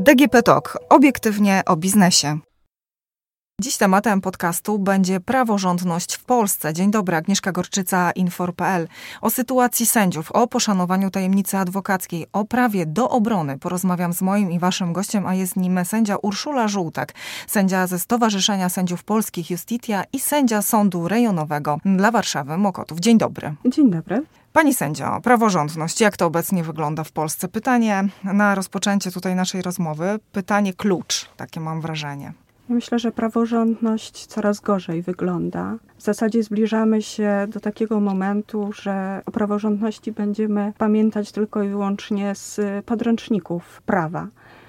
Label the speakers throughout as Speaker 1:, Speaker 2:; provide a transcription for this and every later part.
Speaker 1: DGP Talk. Obiektywnie o biznesie. Dziś tematem podcastu będzie praworządność w Polsce. Dzień dobry, Agnieszka Gorczyca, Infor.pl. O sytuacji sędziów, o poszanowaniu tajemnicy adwokackiej, o prawie do obrony porozmawiam z moim i waszym gościem, a jest nim sędzia Urszula Żółtak, sędzia ze Stowarzyszenia Sędziów Polskich Iustitia i sędzia Sądu Rejonowego dla Warszawy Mokotów. Dzień dobry.
Speaker 2: Dzień dobry.
Speaker 1: Pani sędzio, praworządność, jak to obecnie wygląda w Polsce? Pytanie na rozpoczęcie tutaj naszej rozmowy, pytanie klucz, takie mam wrażenie.
Speaker 2: Ja myślę, że praworządność coraz gorzej wygląda. W zasadzie zbliżamy się do takiego momentu, że o praworządności będziemy pamiętać tylko i wyłącznie z podręczników prawa.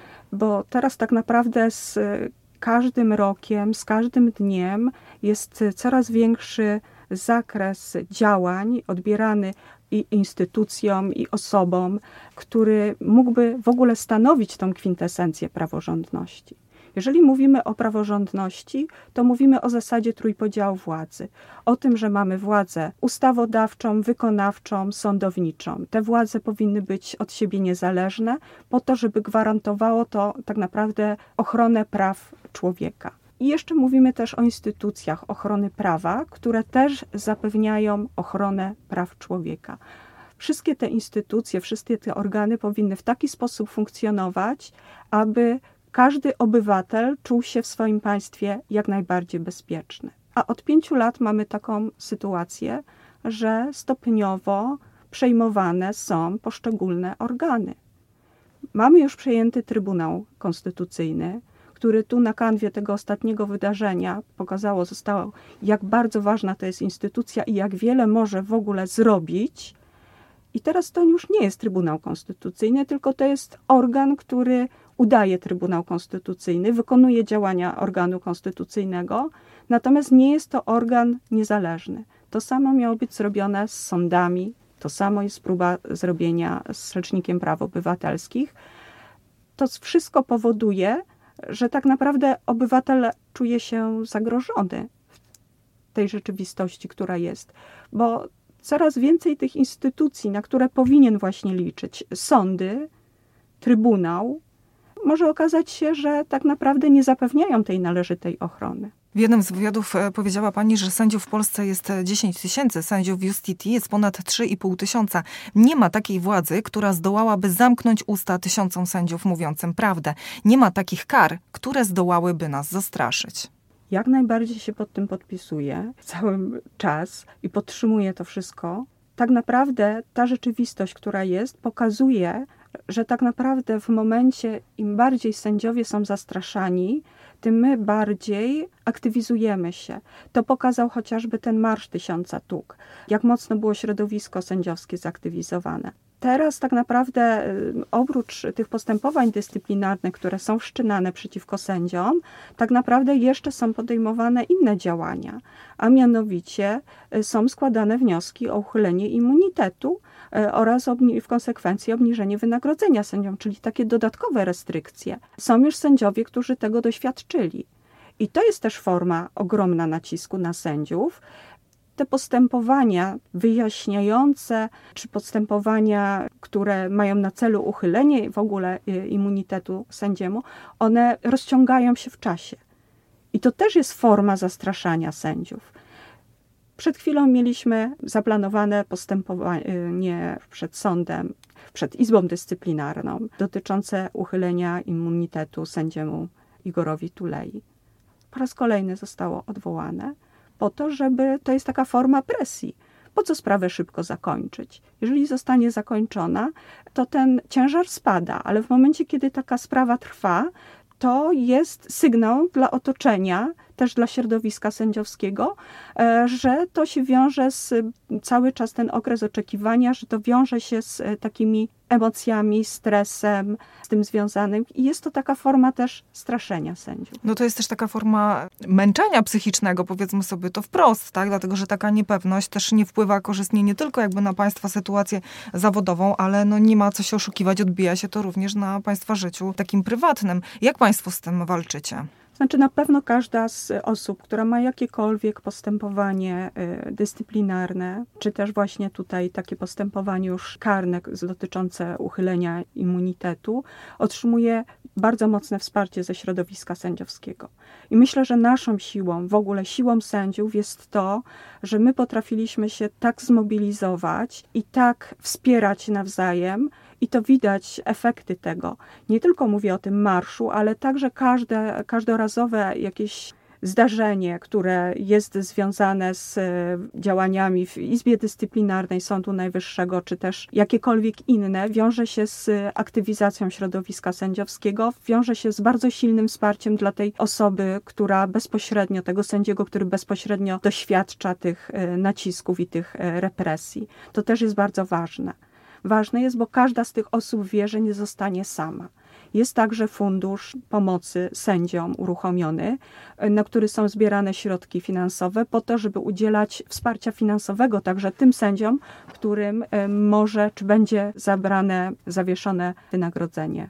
Speaker 2: Bo teraz tak naprawdę z każdym rokiem, z każdym dniem jest coraz większy zakres działań odbierany i instytucjom, i osobom, który mógłby w ogóle stanowić tą kwintesencję praworządności. Jeżeli mówimy o praworządności, to mówimy o zasadzie trójpodziału władzy. O tym, że mamy władzę ustawodawczą, wykonawczą, sądowniczą. Te władze powinny być od siebie niezależne, po to, żeby gwarantowało to tak naprawdę ochronę praw człowieka. I jeszcze mówimy też o instytucjach ochrony prawa, które też zapewniają ochronę praw człowieka. Wszystkie te instytucje, wszystkie te organy powinny w taki sposób funkcjonować, aby każdy obywatel czuł się w swoim państwie jak najbardziej bezpieczny. A od 5 lat mamy taką sytuację, że stopniowo przejmowane są poszczególne organy. Mamy już przejęty Trybunał Konstytucyjny, który tu na kanwie tego ostatniego wydarzenia zostało, jak bardzo ważna to jest instytucja i jak wiele może w ogóle zrobić. I teraz to już nie jest Trybunał Konstytucyjny, tylko to jest organ, który udaje Trybunał Konstytucyjny, wykonuje działania organu konstytucyjnego, natomiast nie jest to organ niezależny. To samo miało być zrobione z sądami, to samo jest próba zrobienia z Rzecznikiem Praw Obywatelskich. To wszystko powoduje, że tak naprawdę obywatel czuje się zagrożony w tej rzeczywistości, która jest, bo coraz więcej tych instytucji, na które powinien właśnie liczyć sądy, Trybunał, może okazać się, że tak naprawdę nie zapewniają tej należytej ochrony.
Speaker 1: W jednym z wywiadów powiedziała pani, że sędziów w Polsce jest 10 000, sędziów w Iustitii jest ponad 3,5 tysiąca. Nie ma takiej władzy, która zdołałaby zamknąć usta tysiącom sędziów mówiącym prawdę. Nie ma takich kar, które zdołałyby nas zastraszyć.
Speaker 2: Jak najbardziej się pod tym podpisuję cały czas i podtrzymuję to wszystko. Tak naprawdę ta rzeczywistość, która jest, pokazuje, że tak naprawdę w momencie, im bardziej sędziowie są zastraszani, tym my bardziej aktywizujemy się. To pokazał chociażby ten Marsz Tysiąca Tuk, jak mocno było środowisko sędziowskie zaktywizowane. Teraz tak naprawdę oprócz tych postępowań dyscyplinarnych, które są wszczynane przeciwko sędziom, tak naprawdę jeszcze są podejmowane inne działania, a mianowicie są składane wnioski o uchylenie immunitetu oraz w konsekwencji obniżenie wynagrodzenia sędziom, czyli takie dodatkowe restrykcje. Są już sędziowie, którzy tego doświadczyli. I to jest też forma ogromna nacisku na sędziów. Te postępowania wyjaśniające, czy postępowania, które mają na celu uchylenie w ogóle immunitetu sędziemu, one rozciągają się w czasie. I to też jest forma zastraszania sędziów. Przed chwilą mieliśmy zaplanowane postępowanie przed sądem, przed Izbą Dyscyplinarną, dotyczące uchylenia immunitetu sędziemu Igorowi Tulei. Po raz kolejny zostało odwołane, po to, żeby to jest taka forma presji. Po co sprawę szybko zakończyć? Jeżeli zostanie zakończona, to ten ciężar spada, ale w momencie, kiedy taka sprawa trwa, to jest sygnał dla otoczenia, też dla środowiska sędziowskiego, że to się wiąże z cały czas ten okres oczekiwania, że to wiąże się z takimi emocjami, stresem z tym związanym i jest to taka forma też straszenia sędziów.
Speaker 1: No to jest też taka forma męczenia psychicznego, powiedzmy sobie to wprost, tak? Dlatego, że taka niepewność też nie wpływa korzystnie nie tylko jakby na państwa sytuację zawodową, ale no nie ma co się oszukiwać, odbija się to również na państwa życiu takim prywatnym. Jak państwo z tym walczycie?
Speaker 2: Znaczy na pewno każda z osób, która ma jakiekolwiek postępowanie dyscyplinarne, czy też właśnie tutaj takie postępowanie już karne dotyczące uchylenia immunitetu, otrzymuje bardzo mocne wsparcie ze środowiska sędziowskiego. I myślę, że naszą siłą, w ogóle siłą sędziów jest to, że my potrafiliśmy się tak zmobilizować i tak wspierać nawzajem, i to widać efekty tego. Nie tylko mówię o tym marszu, ale także każdorazowe jakieś zdarzenie, które jest związane z działaniami w Izbie Dyscyplinarnej Sądu Najwyższego, czy też jakiekolwiek inne, wiąże się z aktywizacją środowiska sędziowskiego, wiąże się z bardzo silnym wsparciem dla tej osoby, która bezpośrednio, tego sędziego, który bezpośrednio doświadcza tych nacisków i tych represji. To też jest bardzo ważne. Ważne jest, bo każda z tych osób wie, że nie zostanie sama. Jest także fundusz pomocy sędziom uruchomiony, na który są zbierane środki finansowe po to, żeby udzielać wsparcia finansowego także tym sędziom, którym może czy będzie zawieszone wynagrodzenie.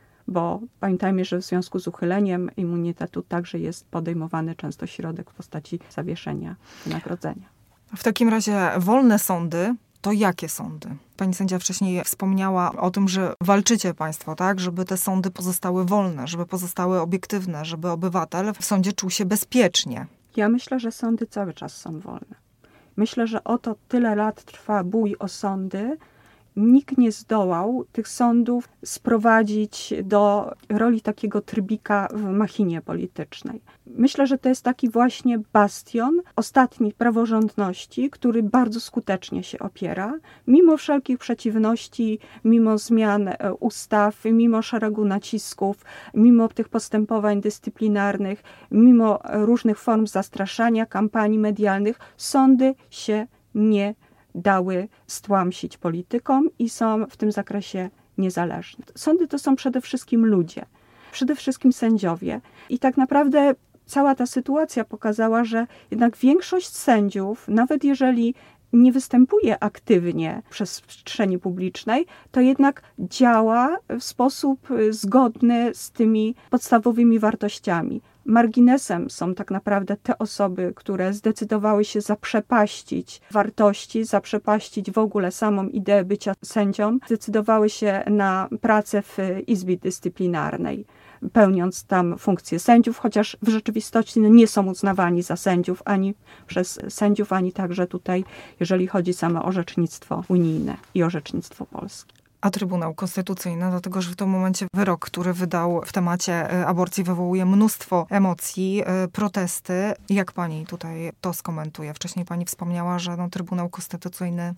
Speaker 2: Bo pamiętajmy, że w związku z uchyleniem immunitetu także jest podejmowany często środek w postaci zawieszenia wynagrodzenia.
Speaker 1: W takim razie wolne sądy to jakie sądy? Pani sędzia wcześniej wspomniała o tym, że walczycie państwo, tak, żeby te sądy pozostały wolne, żeby pozostały obiektywne, żeby obywatel w sądzie czuł się bezpiecznie.
Speaker 2: Ja myślę, że sądy cały czas są wolne. Myślę, że oto tyle lat trwa bój o sądy. Nikt nie zdołał tych sądów sprowadzić do roli takiego trybika w machinie politycznej. Myślę, że to jest taki właśnie bastion ostatniej praworządności, który bardzo skutecznie się opiera, mimo wszelkich przeciwności, mimo zmian ustaw, mimo szeregu nacisków, mimo tych postępowań dyscyplinarnych, mimo różnych form zastraszania, kampanii medialnych, sądy się nie dały stłamsić politykom i są w tym zakresie niezależne. Sądy to są przede wszystkim ludzie, przede wszystkim sędziowie. I tak naprawdę cała ta sytuacja pokazała, że jednak większość sędziów, nawet jeżeli nie występuje aktywnie w przestrzeni publicznej, to jednak działa w sposób zgodny z tymi podstawowymi wartościami. Marginesem są tak naprawdę te osoby, które zdecydowały się zaprzepaścić wartości, zaprzepaścić w ogóle samą ideę bycia sędzią, zdecydowały się na pracę w Izbie Dyscyplinarnej, pełniąc tam funkcję sędziów, chociaż w rzeczywistości nie są uznawani za sędziów ani przez sędziów, ani także tutaj, jeżeli chodzi samo o orzecznictwo unijne i orzecznictwo polskie.
Speaker 1: A Trybunał Konstytucyjny, dlatego że w tym momencie wyrok, który wydał w temacie aborcji, wywołuje mnóstwo emocji, protesty. Jak pani tutaj to skomentuje? Wcześniej pani wspomniała, że Trybunał Konstytucyjny,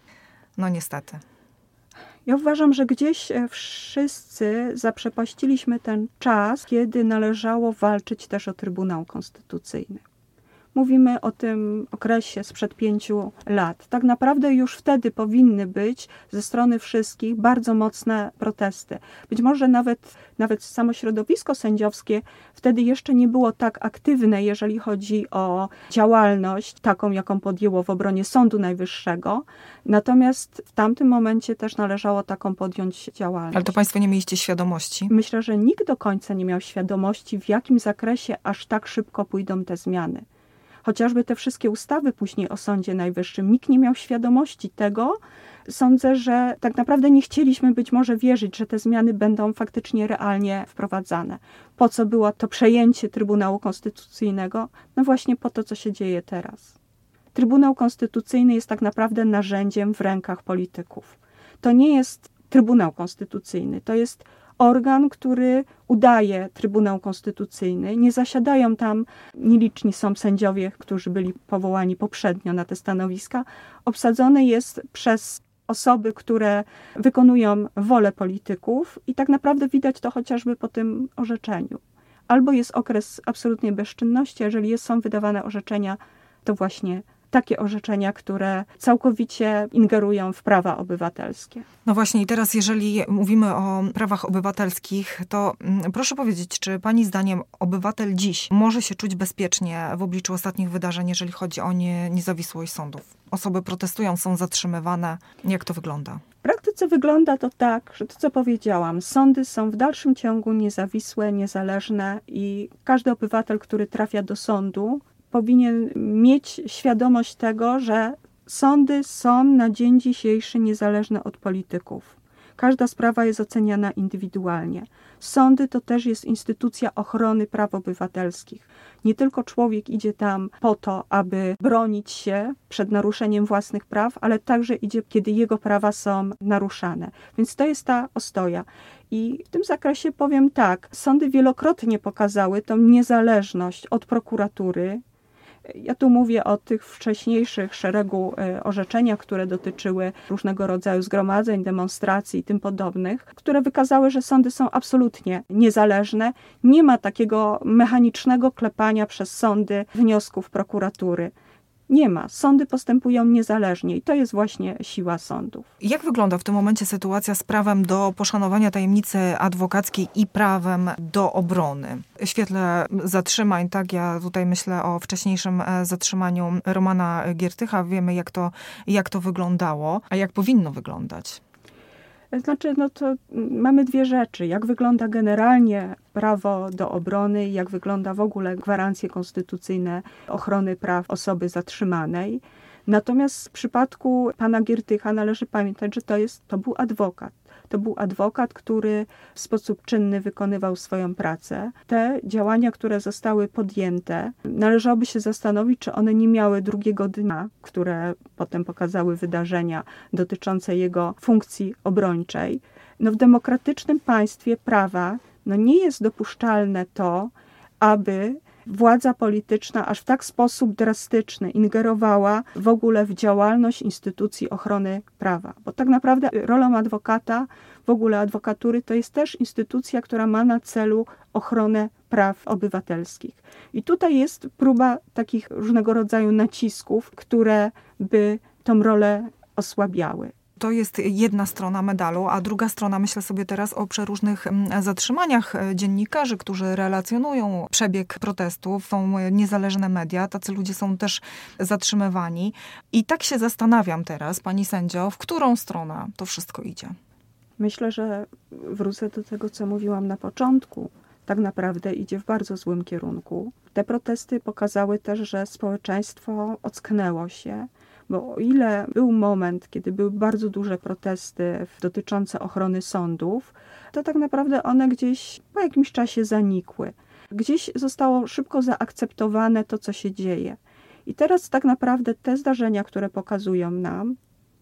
Speaker 1: niestety.
Speaker 2: Ja uważam, że gdzieś wszyscy zaprzepaściliśmy ten czas, kiedy należało walczyć też o Trybunał Konstytucyjny. Mówimy o tym okresie sprzed 5 lat. Tak naprawdę już wtedy powinny być ze strony wszystkich bardzo mocne protesty. Być może nawet samo środowisko sędziowskie wtedy jeszcze nie było tak aktywne, jeżeli chodzi o działalność taką, jaką podjęło w obronie Sądu Najwyższego. Natomiast w tamtym momencie też należało taką podjąć działalność.
Speaker 1: Ale to państwo nie mieliście świadomości?
Speaker 2: Myślę, że nikt do końca nie miał świadomości, w jakim zakresie aż tak szybko pójdą te zmiany. Chociażby te wszystkie ustawy później o Sądzie Najwyższym, nikt nie miał świadomości tego. Sądzę, że tak naprawdę nie chcieliśmy być może wierzyć, że te zmiany będą faktycznie realnie wprowadzane. Po co było to przejęcie Trybunału Konstytucyjnego? Właśnie po to, co się dzieje teraz. Trybunał Konstytucyjny jest tak naprawdę narzędziem w rękach polityków. To nie jest Trybunał Konstytucyjny, to jest organ, który udaje Trybunał Konstytucyjny. Nie zasiadają tam, nieliczni są sędziowie, którzy byli powołani poprzednio na te stanowiska. Obsadzony jest przez osoby, które wykonują wolę polityków i tak naprawdę widać to chociażby po tym orzeczeniu. Albo jest okres absolutnie bezczynności, jeżeli są wydawane orzeczenia, to właśnie takie orzeczenia, które całkowicie ingerują w prawa obywatelskie.
Speaker 1: No właśnie i teraz jeżeli mówimy o prawach obywatelskich, to proszę powiedzieć, czy pani zdaniem obywatel dziś może się czuć bezpiecznie w obliczu ostatnich wydarzeń, jeżeli chodzi o niezawisłość sądów? Osoby protestują, są zatrzymywane. Jak to wygląda?
Speaker 2: W praktyce wygląda to tak, że to, co powiedziałam, sądy są w dalszym ciągu niezawisłe, niezależne i każdy obywatel, który trafia do sądu, powinien mieć świadomość tego, że sądy są na dzień dzisiejszy niezależne od polityków. Każda sprawa jest oceniana indywidualnie. Sądy to też jest instytucja ochrony praw obywatelskich. Nie tylko człowiek idzie tam po to, aby bronić się przed naruszeniem własnych praw, ale także idzie, kiedy jego prawa są naruszane. Więc to jest ta ostoja. I w tym zakresie powiem tak, sądy wielokrotnie pokazały tą niezależność od prokuratury. Ja tu mówię o tych wcześniejszych szeregu orzeczeniach, które dotyczyły różnego rodzaju zgromadzeń, demonstracji i tym podobnych, które wykazały, że sądy są absolutnie niezależne. Nie ma takiego mechanicznego klepania przez sądy wniosków prokuratury. Nie ma. Sądy postępują niezależnie i to jest właśnie siła sądów.
Speaker 1: Jak wygląda w tym momencie sytuacja z prawem do poszanowania tajemnicy adwokackiej i prawem do obrony? W świetle zatrzymań, tak, ja tutaj myślę o wcześniejszym zatrzymaniu Romana Giertycha. Wiemy, jak to wyglądało, a jak powinno wyglądać.
Speaker 2: Znaczy, to mamy dwie rzeczy. Jak wygląda generalnie prawo do obrony i jak wygląda w ogóle gwarancje konstytucyjne ochrony praw osoby zatrzymanej. Natomiast w przypadku pana Giertycha należy pamiętać, że to był adwokat. To był adwokat, który w sposób czynny wykonywał swoją pracę. Te działania, które zostały podjęte, należałoby się zastanowić, czy one nie miały drugiego dna, które potem pokazały wydarzenia dotyczące jego funkcji obrończej. W demokratycznym państwie prawa nie jest dopuszczalne to, aby władza polityczna aż w tak sposób drastyczny ingerowała w ogóle w działalność instytucji ochrony prawa. Bo tak naprawdę rolą adwokata, w ogóle adwokatury, to jest też instytucja, która ma na celu ochronę praw obywatelskich. I tutaj jest próba takich różnego rodzaju nacisków, które by tą rolę osłabiały.
Speaker 1: To jest jedna strona medalu, a druga strona, myślę sobie teraz o przeróżnych zatrzymaniach dziennikarzy, którzy relacjonują przebieg protestów. Są niezależne media, tacy ludzie są też zatrzymywani. I tak się zastanawiam teraz, pani sędzio, w którą stronę to wszystko idzie?
Speaker 2: Myślę, że wrócę do tego, co mówiłam na początku. Tak naprawdę idzie w bardzo złym kierunku. Te protesty pokazały też, że społeczeństwo ocknęło się, bo o ile był moment, kiedy były bardzo duże protesty dotyczące ochrony sądów, to tak naprawdę one gdzieś po jakimś czasie zanikły. Gdzieś zostało szybko zaakceptowane to, co się dzieje. I teraz tak naprawdę te zdarzenia, które pokazują nam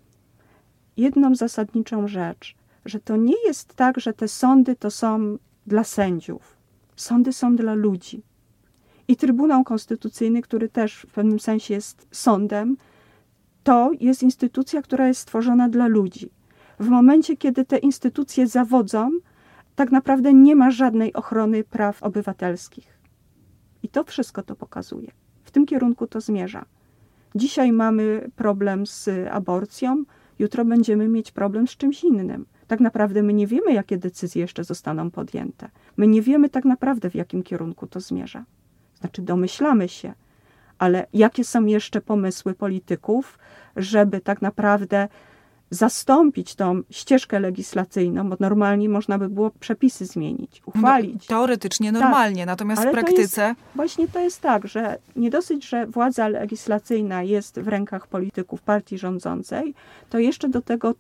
Speaker 2: jedną zasadniczą rzecz, że to nie jest tak, że te sądy to są dla sędziów. Sądy są dla ludzi. I Trybunał Konstytucyjny, który też w pewnym sensie jest sądem, to jest instytucja, która jest stworzona dla ludzi. W momencie, kiedy te instytucje zawodzą, tak naprawdę nie ma żadnej ochrony praw obywatelskich. I to wszystko to pokazuje. W tym kierunku to zmierza. Dzisiaj mamy problem z aborcją, jutro będziemy mieć problem z czymś innym. Tak naprawdę my nie wiemy, jakie decyzje jeszcze zostaną podjęte. My nie wiemy tak naprawdę, w jakim kierunku to zmierza. Znaczy domyślamy się, ale jakie są jeszcze pomysły polityków, żeby tak naprawdę zastąpić tą ścieżkę legislacyjną, bo normalnie można by było przepisy zmienić, uchwalić.
Speaker 1: Teoretycznie normalnie, tak, natomiast w praktyce...
Speaker 2: Właśnie to jest tak, że nie dosyć, że władza legislacyjna jest w rękach polityków partii rządzącej, to jeszcze do tego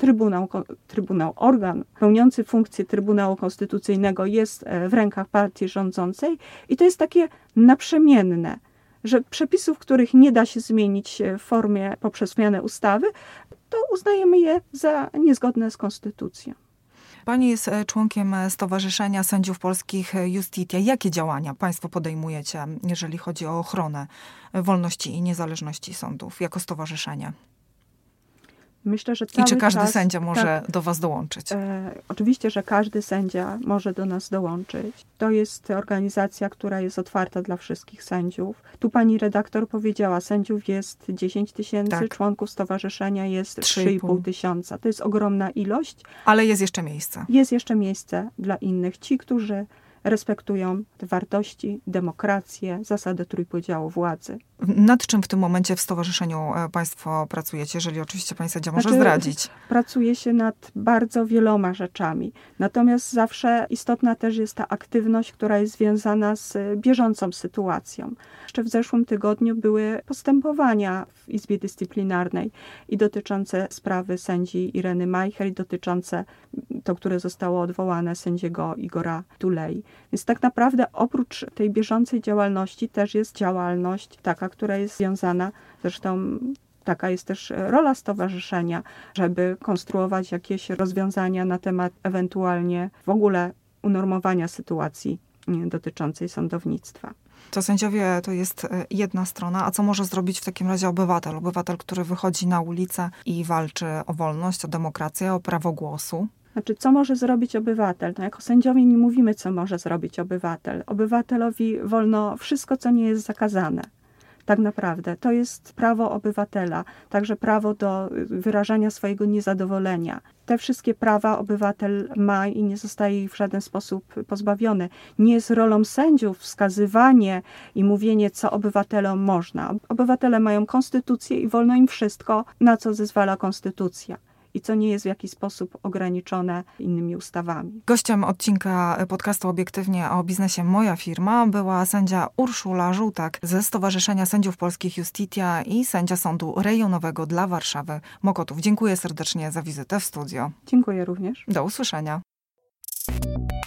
Speaker 2: organ pełniący funkcję Trybunału Konstytucyjnego jest w rękach partii rządzącej i to jest takie naprzemienne, że przepisów, których nie da się zmienić w formie poprzez zmianę ustawy, to uznajemy je za niezgodne z konstytucją.
Speaker 1: Pani jest członkiem Stowarzyszenia Sędziów Polskich Iustitia. Jakie działania państwo podejmujecie, jeżeli chodzi o ochronę wolności i niezależności sądów jako stowarzyszenie?
Speaker 2: Myślę, że
Speaker 1: I czy każdy sędzia może do was dołączyć?
Speaker 2: Oczywiście, że każdy sędzia może do nas dołączyć. To jest organizacja, która jest otwarta dla wszystkich sędziów. Tu pani redaktor powiedziała, sędziów jest 10 000, członków stowarzyszenia jest 3,5 tysiąca. To jest ogromna ilość.
Speaker 1: Ale jest jeszcze miejsce.
Speaker 2: Jest jeszcze miejsce dla innych. Ci, którzy respektują te wartości, demokrację, zasadę trójpodziału władzy.
Speaker 1: Nad czym w tym momencie w stowarzyszeniu Państwo pracujecie, jeżeli oczywiście Pani sędzia może zdradzić?
Speaker 2: Pracuje się nad bardzo wieloma rzeczami. Natomiast zawsze istotna też jest ta aktywność, która jest związana z bieżącą sytuacją. Jeszcze w zeszłym tygodniu były postępowania w Izbie Dyscyplinarnej i dotyczące sprawy sędzi Ireny Majcher i dotyczące to, które zostało odwołane sędziego Igora Tulei. Więc tak naprawdę oprócz tej bieżącej działalności też jest działalność taka, która jest związana, zresztą taka jest też rola stowarzyszenia, żeby konstruować jakieś rozwiązania na temat ewentualnie w ogóle unormowania sytuacji dotyczącej sądownictwa.
Speaker 1: To sędziowie to jest jedna strona, a co może zrobić w takim razie obywatel? Obywatel, który wychodzi na ulicę i walczy o wolność, o demokrację, o prawo głosu.
Speaker 2: Znaczy, co może zrobić obywatel? No, jako sędziowie nie mówimy, co może zrobić obywatel. Obywatelowi wolno wszystko, co nie jest zakazane. Tak naprawdę. To jest prawo obywatela, także prawo do wyrażania swojego niezadowolenia. Te wszystkie prawa obywatel ma i nie zostaje ich w żaden sposób pozbawiony. Nie jest rolą sędziów wskazywanie i mówienie, co obywatelom można. Obywatele mają konstytucję i wolno im wszystko, na co zezwala konstytucja. I co nie jest w jakiś sposób ograniczone innymi ustawami.
Speaker 1: Gościem odcinka podcastu Obiektywnie o biznesie Moja Firma była sędzia Urszula Żółtak ze Stowarzyszenia Sędziów Polskich Justitia i sędzia Sądu Rejonowego dla Warszawy Mokotów. Dziękuję serdecznie za wizytę w studio.
Speaker 2: Dziękuję również.
Speaker 1: Do usłyszenia.